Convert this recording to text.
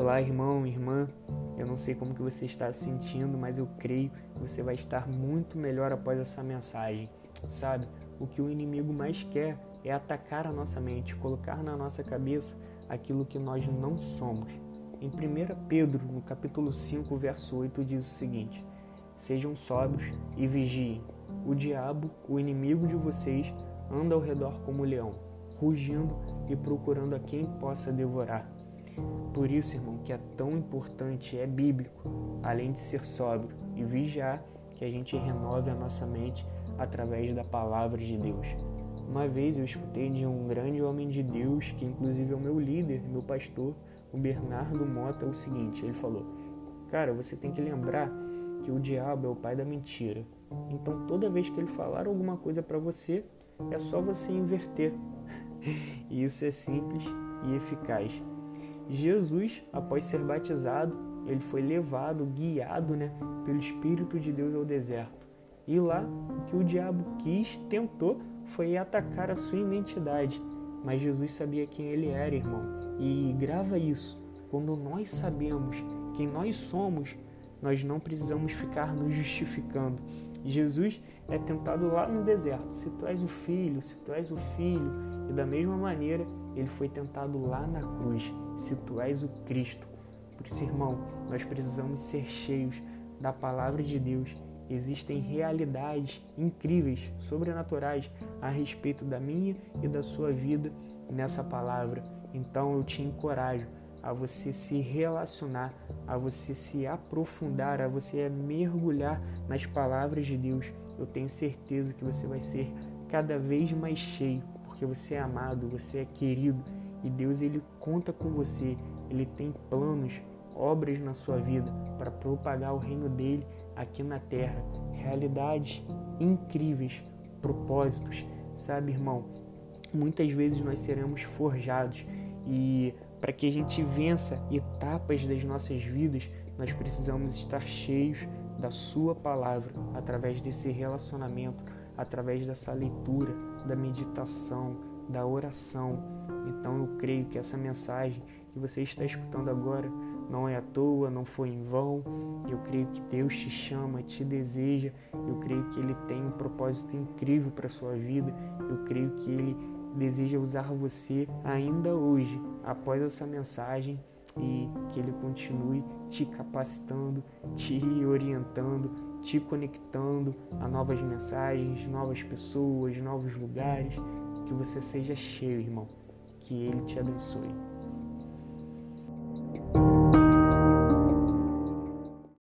Olá, irmão, irmã. Eu não sei como que você está se sentindo, mas eu creio que você vai estar muito melhor após essa mensagem. Sabe, o que o inimigo mais quer é atacar a nossa mente, colocar na nossa cabeça aquilo que nós não somos. Em 1 Pedro, no capítulo 5, verso 8, diz o seguinte: sejam sóbrios e vigiem. O diabo, o inimigo de vocês, anda ao redor como leão, rugindo e procurando a quem possa devorar. Por isso, irmão, que é tão importante, é bíblico, além de ser sóbrio e vigiar, que a gente renove a nossa mente através da palavra de Deus. Uma vez eu escutei de um grande homem de Deus, que inclusive é o meu líder, meu pastor, o Bernardo Mota, o seguinte: ele falou, cara, você tem que lembrar que o diabo é o pai da mentira. Então toda vez que ele falar alguma coisa para você, é só você inverter. E isso é simples e eficaz. Jesus, após ser batizado, ele foi levado, guiado, pelo Espírito de Deus ao deserto. E lá, o que o diabo tentou, foi atacar a sua identidade. Mas Jesus sabia quem ele era, irmão. E grava isso. Quando nós sabemos quem nós somos, nós não precisamos ficar nos justificando. Jesus é tentado lá no deserto. Se tu és o filho, se tu és o filho. E da mesma maneira, ele foi tentado lá na cruz. Se tu és o Cristo. Por isso, irmão, nós precisamos ser cheios da palavra de Deus. Existem realidades incríveis, sobrenaturais, a respeito da minha e da sua vida nessa palavra. Então eu te encorajo a você se relacionar, a você se aprofundar, a você mergulhar nas palavras de Deus. Eu tenho certeza que você vai ser cada vez mais cheio, porque você é amado, você é querido e Deus, ele conta com você. Ele tem planos, obras na sua vida para propagar o reino dele aqui na terra. Realidades incríveis, propósitos, sabe, irmão? Muitas vezes nós seremos forjados e para que a gente vença etapas das nossas vidas, nós precisamos estar cheios da sua palavra, através desse relacionamento, através dessa leitura, da meditação, da oração. Então eu creio que essa mensagem que você está escutando agora não é à toa, não foi em vão. Eu creio que Deus te chama, te deseja. Eu creio que Ele tem um propósito incrível para a sua vida. Eu creio que Ele deseja usar você ainda hoje, após essa mensagem, e que Ele continue te capacitando, te orientando, te conectando a novas mensagens, novas pessoas, novos lugares. Que você seja cheio, irmão. Que Ele te abençoe.